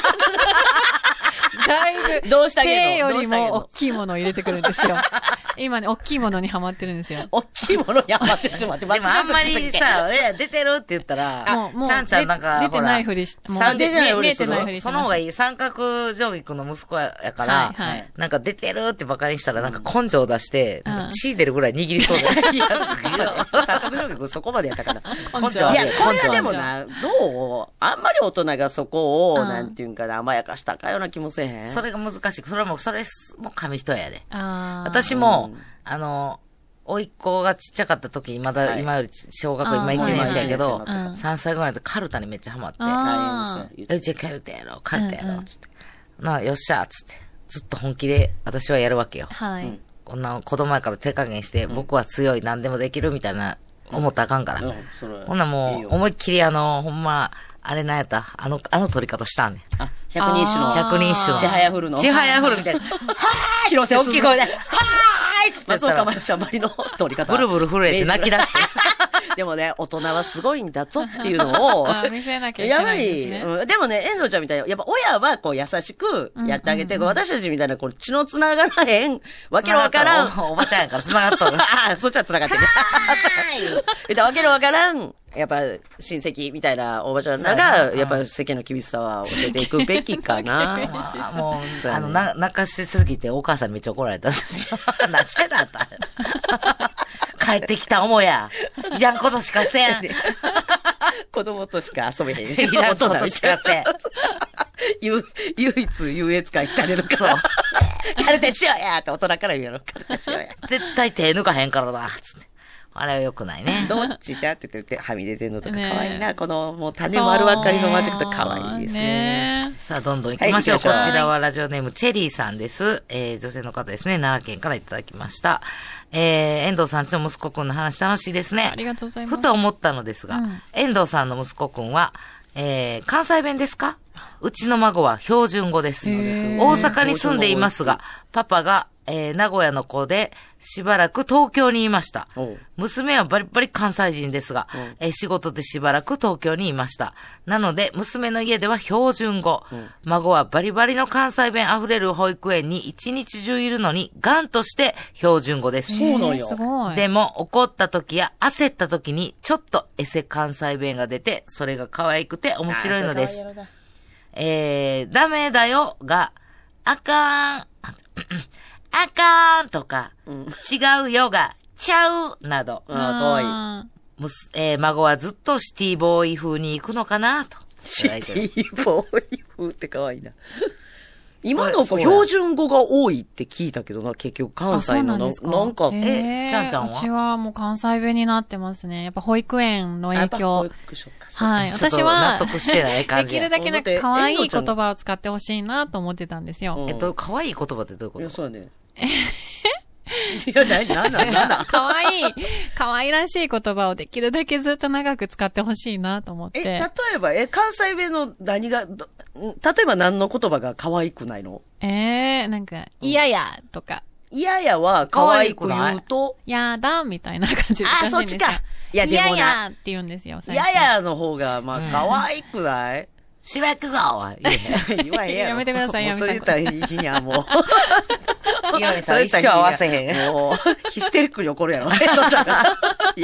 だいぶ、 どうした手よりも大きいものを入れてくるんですよ。今ね、大きいものにハマってるんですよ。 大きいものにハマってる。ちょっと待って、 でもあんまりさ、出てるって言ったら、ちゃんちゃんなんか、 出てないふりして、 見えてないふりして。 その方がいい。三角定規君の息子やから、なんか出てるってばかりにしたら、なんか根性を出して、血出るぐらい握りそうで。 いや、三角定規君そこまでやったかな。 根性ある。 いや、これはでもな、どうあんまり大人がそこを、なんていうんかな、甘やかしたかような気もせえへん。 それが難しい。それも紙一重やで。私も、甥っ子がちっちゃかった時、まだ今より小学校今1年生やけど、3歳ぐらいでカルタにめっちゃハマって、うちカルタやろ、カルタやろ、つって。よっしゃ、つって。ずっと本気で私はやるわけよ。こんな子供やから手加減して、僕は強い、何でもできるみたいな、思ったらあかんから。ほんなもう、思いっきりほんま、あれなんやった、あの取り方したんねん。 百人一首の。 百人一首の。 ちはやふるの。 ちはやふるみたいな。はーい広瀬大きい声で、はーいつって松岡真由ちゃんばりの取り方。 ブルブル震えて泣き出して。 でもね、大人はすごいんだぞっていうのを。 見せなきゃいけないですね。 でもね、遠藤ちゃんみたいな、やっぱ親はこう優しくやってあげて、私たちみたいなこう血の繋がらへん、わけのわからん。 おばちゃんやから繋がっとる。 そっちは繋がってる。わけのわからん。やっぱ親戚みたいなおばちゃんらが、やっぱ世間の厳しさは教えていくべきかな。 もう、泣かしすぎてお母さんにめっちゃ怒られたんですよ。何してたった帰ってきた思や。いらんことしかせん。 子供としか遊べへん。 いらんことしかせん。 唯一優越感浸れるから。カルテしようやって大人から言うやろ。カルテしようや。 絶対手抜かへんからな。つって。 あれは良くないね。 どっちだって言ってはみ出てんのとか可愛いな。この、もう種丸ばっかりのマジックと可愛いですね。 さあ、どんどん行きましょう。 はい行きましょうこちらはラジオネーム、チェリーさんです。女性の方ですね。奈良県からいただきました。遠藤さんちの息子くんの話楽しいですね。 ありがとうございます。 ふと思ったのですが、遠藤さんの息子くんは、関西弁ですか？うちの孫は標準語です。大阪に住んでいますが、パパが、名古屋の子で、しばらく東京にいました。娘はバリバリ関西人ですが、仕事でしばらく東京にいました。なので、娘の家では標準語。孫はバリバリの関西弁あふれる保育園に一日中いるのに、ガンとして標準語です。 そうなんよ。 すごい。 でも、怒った時や焦った時に、ちょっとエセ関西弁が出て、それが可愛くて面白いのです。ダメだよが、あかん、あかんとか、違うよが、ちゃうなど。 かわいい。 孫はずっとシティボーイ風に行くのかなと。 シティボーイ風って可愛いな。今の子標準語が多いって聞いたけどな、結局関西のなんか。 ちゃんちゃんは？ うちはもう関西弁になってますね。やっぱ保育園の影響。 保育所か。 はい。私は、 納得してない感じ。 できるだけなんか可愛い言葉を使ってほしいなと思ってたんですよ。 可愛い言葉ってどういうこと？ いや、そうね。いや、なんだ可愛らしい言葉をできるだけずっと長く使ってほしいなと思って。 例えば、関西弁の何が、例えば何の言葉が可愛くないの？ なんか、いややとか。 いややは可愛く言うと、 やだみたいな感じで。 そっちか。 いや、でもいややって言うんですよ、 いややの方が、まあ、可愛くない？ しばくぞは言わへんやろ。 やめてください、やめてください。 それ言ったらいいやん、もう。 岩見さん一生合わせへん。 もう、ヒステリックに怒るやろ。やめなさい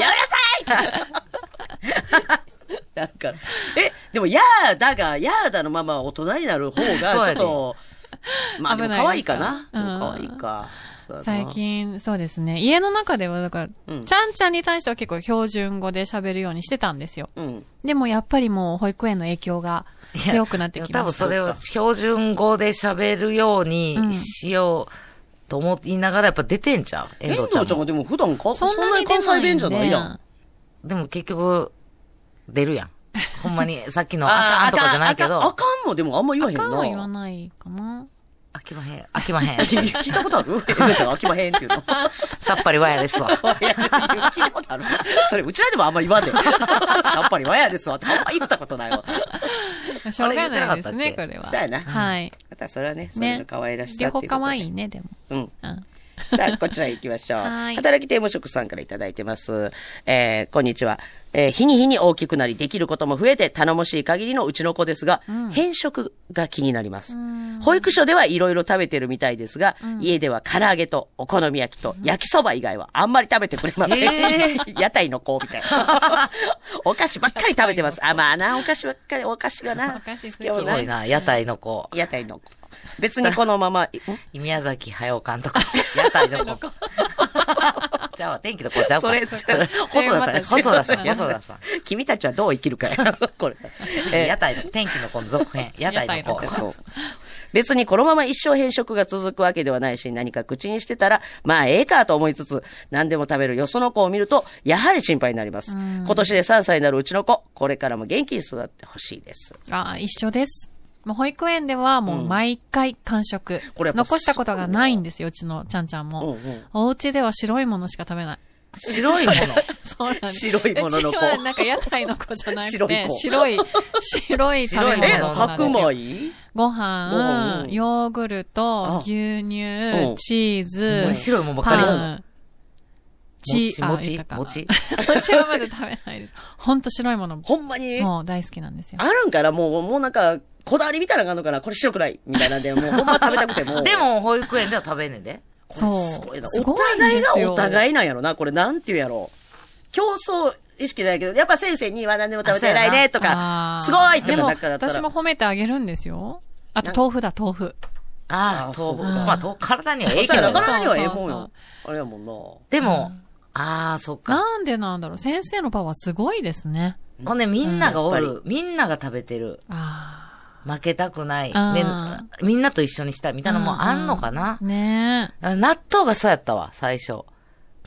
なんか、でも、やーだのまま大人になる方が、ちょっと、まあでも可愛いかな。可愛いか。 最近、そうですね。家の中では、だから、ちゃんちゃんに対しては結構標準語で喋るようにしてたんですよ。でもやっぱりもう保育園の影響が強くなってきました。 多分それを標準語で喋るようにしようと思いながらやっぱ出てんちゃう？遠藤ちゃんも。 でも普段そんなに関西弁じゃないやん。 でも結局、出るやん。ほんまに、さっきのあかんとかじゃないけど。 あかんもでもあんま言わへんな。 あかんは言わないかな。 飽きまへん。 聞いたことある？遠藤ちゃん飽きまへんって言うの。 さっぱりわやですわ。 聞いたことある？それ、うちらでもあんま言わんで。さっぱりわやですわってあんま言ったことないわ。 しょうがないですね、これは。 そうやな。 はい。 またそれはね、それの可愛らしさっていうことで。 両方可愛いね、でも。 さあ、こちら行きましょう。働き手無職さんからいただいてます。こんにちは。日に日に大きくなり、できることも増えて頼もしい限りのうちの子ですが、偏食が気になります。保育所ではいろいろ食べてるみたいですが、家では唐揚げとお好み焼きと焼きそば以外はあんまり食べてくれません。屋台の子みたいな。お菓子ばっかり食べてます。まあな、お菓子ばっかり、お菓子がな。 お菓子すごいな、屋台の子。 屋台の子。別にこのまま。 宮崎駿監督。屋台の子。じゃあ、天気の子ちゃうか。 それ、細田さん。君たちはどう生きるかや。これ。 屋台の、天気の子の続編。屋台の子。 別にこのまま一生偏食が続くわけではないし、何か口にしてたら、まあええかと思いつつ、何でも食べるよその子を見ると、やはり心配になります。今年で3歳になるうちの子、これからも元気に育ってほしいです。 一緒です。もう保育園ではもう毎回完食。残したことがないんですよ、うちのちゃんちゃんも。お家では白いものしか食べない。 白いものそうなんです。 白いものの子。 うちはなんか屋台の子じゃなくて、白い食べ物なんですよ。 白米？ ご飯、ヨーグルト、牛乳、チーズ、 白いもんばっかりや餅はまだ食べないです。ほんと白いもの。 ほんまにもう大好きなんですよ。 あるんからもうなんか、こだわりみたいなのがあるのかなこれ白くないみたいなんで、もうほんま食べたくても。 でも保育園では食べんねんで。 そう。 すごいな。お互いがお互いなんやろな。これなんて言うやろ。競争意識ないけど、やっぱ先生には何でも食べて偉いねとか、すごいってでも私も褒めてあげるんですよ。あと豆腐。豆腐。 まあ体にはええけど。 体にはええもんよ。あれやもんな。 でも、そっか。 なんでなんだろう。先生のパワーすごいですね。 ほんでみんながおる。みんなが食べてる。負けたくない。で、みんなと一緒にしたいみたいなのもあんのかな。 ね納豆がそうやったわ、最初。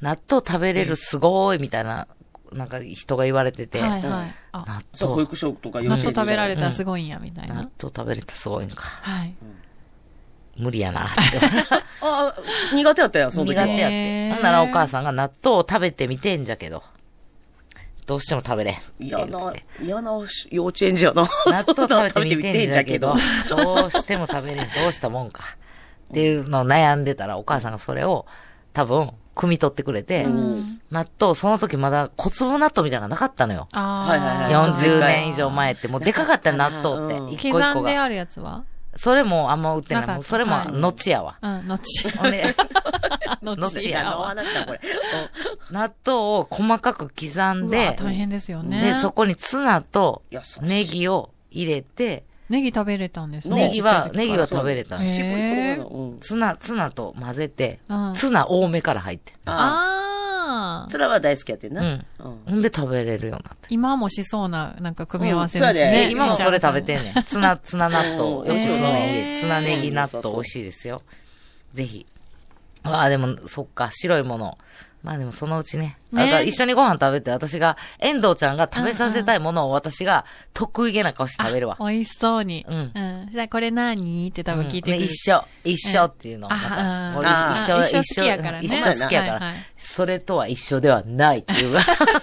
納豆食べれるすごいみたいな、なんか人が言われてて。 はいはい。 納そう、保豆。 育所とか幼納稚園豆食べられたらすごいんや、みたい納な。 豆食べれたらすごいのか。 はい。 無理やなって。 あ、苦手やったやん、その時は。 苦手やって。ほんならお母さんが納豆を食べてみてんじゃけど、どうしても食べれんって言って。 嫌な幼稚園児やな。 納豆食べてみてんじゃけど、どうしても食べれん、どうしたもんか。っていうのを悩んでたら、お母さんがそれを多分、汲み取ってくれて、納豆、その時まだ小粒納豆みたいなのがなかったのよ。 はいはいはい。 40年以上前って、もうでかかったよ納豆って。一個一個が。 刻んであるやつはそれもあんま売ってない。 なかったもうそれも、後やわ。 後。 ほんで、 後やの話だ、これ。 納豆を細かく刻んで、 大変ですよね。 で、そこにツナとネギを入れて、 ネギ食べれたんですね。 ネギは食べれた。ツナと混ぜて、ツナ多めから入って。 ツナは大好きやってんな。 ほんで食べれるようになって。 今もしそうな、なんか組み合わせですね。 今もそれ食べてんねん。ツナ納豆。よくその家、ツナネギ納豆美味しいですよ。ぜひ。でも、そっか、白いもの。まあでもそのうちね。一緒にご飯食べて、私が、遠藤ちゃんが食べさせたいものを私が得意げな顔して食べるわ。 美味しそうに。じゃあこれ何って多分聞いてくる。 一緒っていうのをまた。 一緒好きやからね。 一緒好きやから。それとは一緒ではないっていう。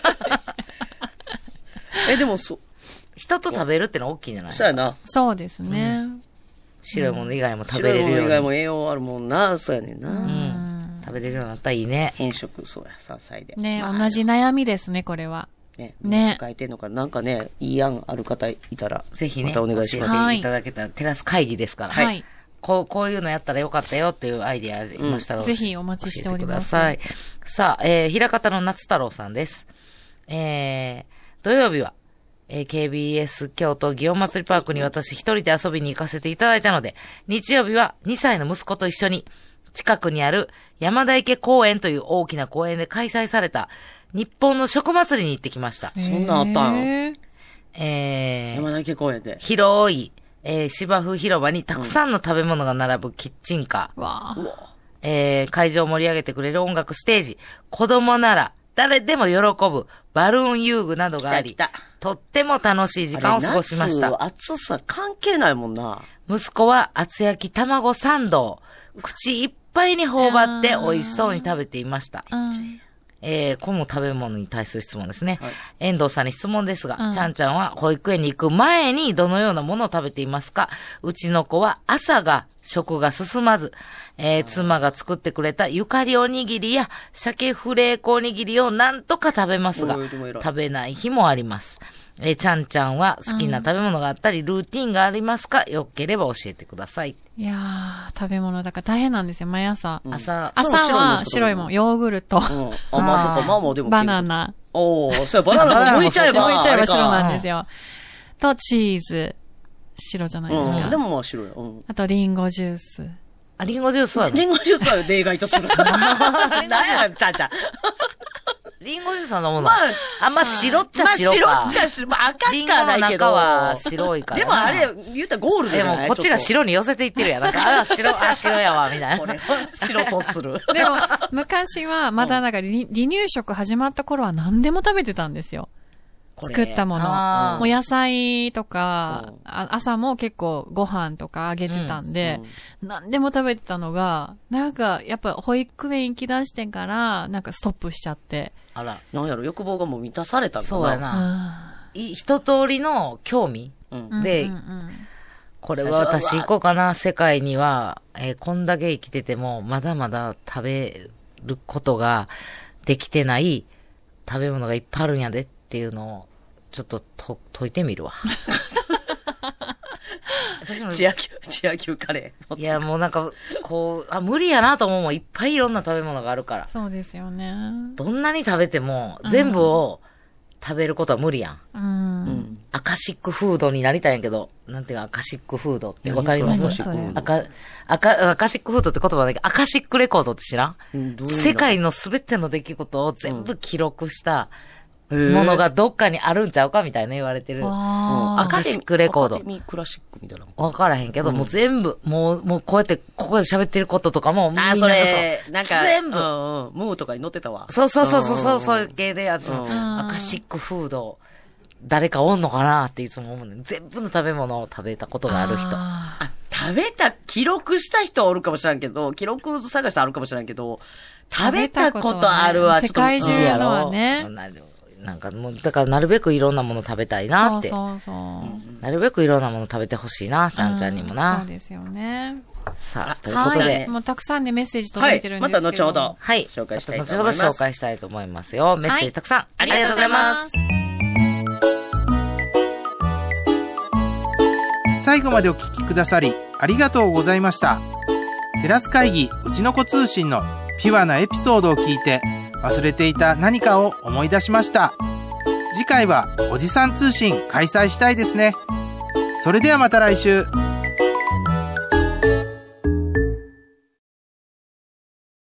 でも人と食べるってのは大きいんじゃない？ そうやな。 そうですね。 白いもの以外も食べれるように。 白いもの以外も栄養あるもんな。そうやねんな。 食べれるようになったらいいね。 変色、そうや、3歳で。 ね、同じ悩みですね、これは。 ね。書いてんのかなんかね、いい案ある方いたら、 ぜひね、 またお願いします。 教えていただけたら、テラス会議ですから。はい。こういうのやったらよかったよっていうアイディアありましたら、 ぜひお待ちしております。 教えてください。さあ、平方の夏太郎さんです。土曜日は、KBS 京都祇園祭パークに私一人で遊びに行かせていただいたので、日曜日は2歳の息子と一緒に、近くにある山田池公園という大きな公園で開催された日本の食祭りに行ってきました。 そんなあったん？ 山田池公園で。 広い、芝生広場にたくさんの食べ物が並ぶキッチンカー。会場を盛り上げてくれる音楽ステージ。子供なら誰でも喜ぶバルーン遊具などがあり、とっても楽しい時間を過ごしました。 暑さ関係ないもんな。 息子は厚焼き卵サンドを口いっぱいに頬張って美味しそうに食べていました。これも食べ物に対する質問ですね。遠藤さんに質問ですが、ちゃんちゃんは保育園に行く前にどのようなものを食べていますか？うちの子は朝が食が進まず、妻が作ってくれたゆかりおにぎりや鮭フレークおにぎりをなんとか食べますが、食べない日もあります。ちゃんちゃんは好きな食べ物があったり、ルーティンがありますか？よければ教えてください。 いやー、食べ物だから大変なんですよ、毎朝。 朝は白いもん、ヨーグルト。 まあそっか、まあもうでも。 バナナ。 そうバナナも剥いちゃえば白なんですよ。と、チーズ。白じゃないですか。 でもまあ白や。 あと、リンゴジュース。 リンゴジュースはリンゴジュースは例外とする。何や、ちゃんちゃん。 リンゴジュースのもの。まあ白っちゃ白か。 白っちゃ白。まあ赤かないけど。 リンゴの中は白いから。 でもあれ、言うたらゴールドじゃない？ でもこっちが白に寄せていってるやん。なんか、白やわ、みたいな。 これ白とする。 でも、昔は、まだなんか離乳食始まった頃は何でも食べてたんですよ。作ったもの。もう野菜とか、朝も結構ご飯とかあげてたんで、何でも食べてたのが、なんかやっぱ保育園行き出してから、なんかストップしちゃって。 あら、なんやろ、欲望がもう満たされたんだな。 そうやな。一通りの興味で、これは私行こうかな、世界には、こんだけ生きてても、まだまだ食べることができてない食べ物がいっぱいあるんやでっていうのを、ちょっと解いてみるわ。 チアキューカレー。 いや、もうなんか、無理やなと思うもん。いっぱいいろんな食べ物があるから。 そうですよね。 どんなに食べても、全部を食べることは無理やん。アカシックフードになりたいんやけど、なんていうかアカシックフードってわかります？アカシックフードって言葉だけど、アカシックレコードって知らん？世界のすべての出来事を全部記録した、 ものがどっかにあるんちゃうかみたいな言われてる。アカシックレコード。 アカデミークラシックみたいな。 わからへんけど、もう全部、もうこうやって、ここで喋ってることとかも、 それ、なんか、 全部。 ムーとかに載ってたわ。 そういう系で、私も、アカシックフード、誰かおんのかなっていつも思うね。全部の食べ物を食べたことがある人。 食べた、記録した人はおるかもしれんけど、記録探したらあるかもしれんけど、食べたことあるわ、 世界中のはね。 なんかもう、だからなるべくいろんなもの食べたいなって。 そう。 なるべくいろんなもの食べてほしいな、ちゃんちゃんにもな。 そうですよね。 さあ、ということで。 もうたくさんでメッセージ届いてるんですけど。 また後ほど。 はい。 紹介したいと思います。 後ほど紹介したいと思いますよ。メッセージたくさん。ありがとうございます。 最後までお聞きくださり、ありがとうございました。テラス会議うちの子通信のピュアなエピソードを聞いて、忘れていた何かを思い出しました。次回はおじさん通信開催したいですね。それではまた来週。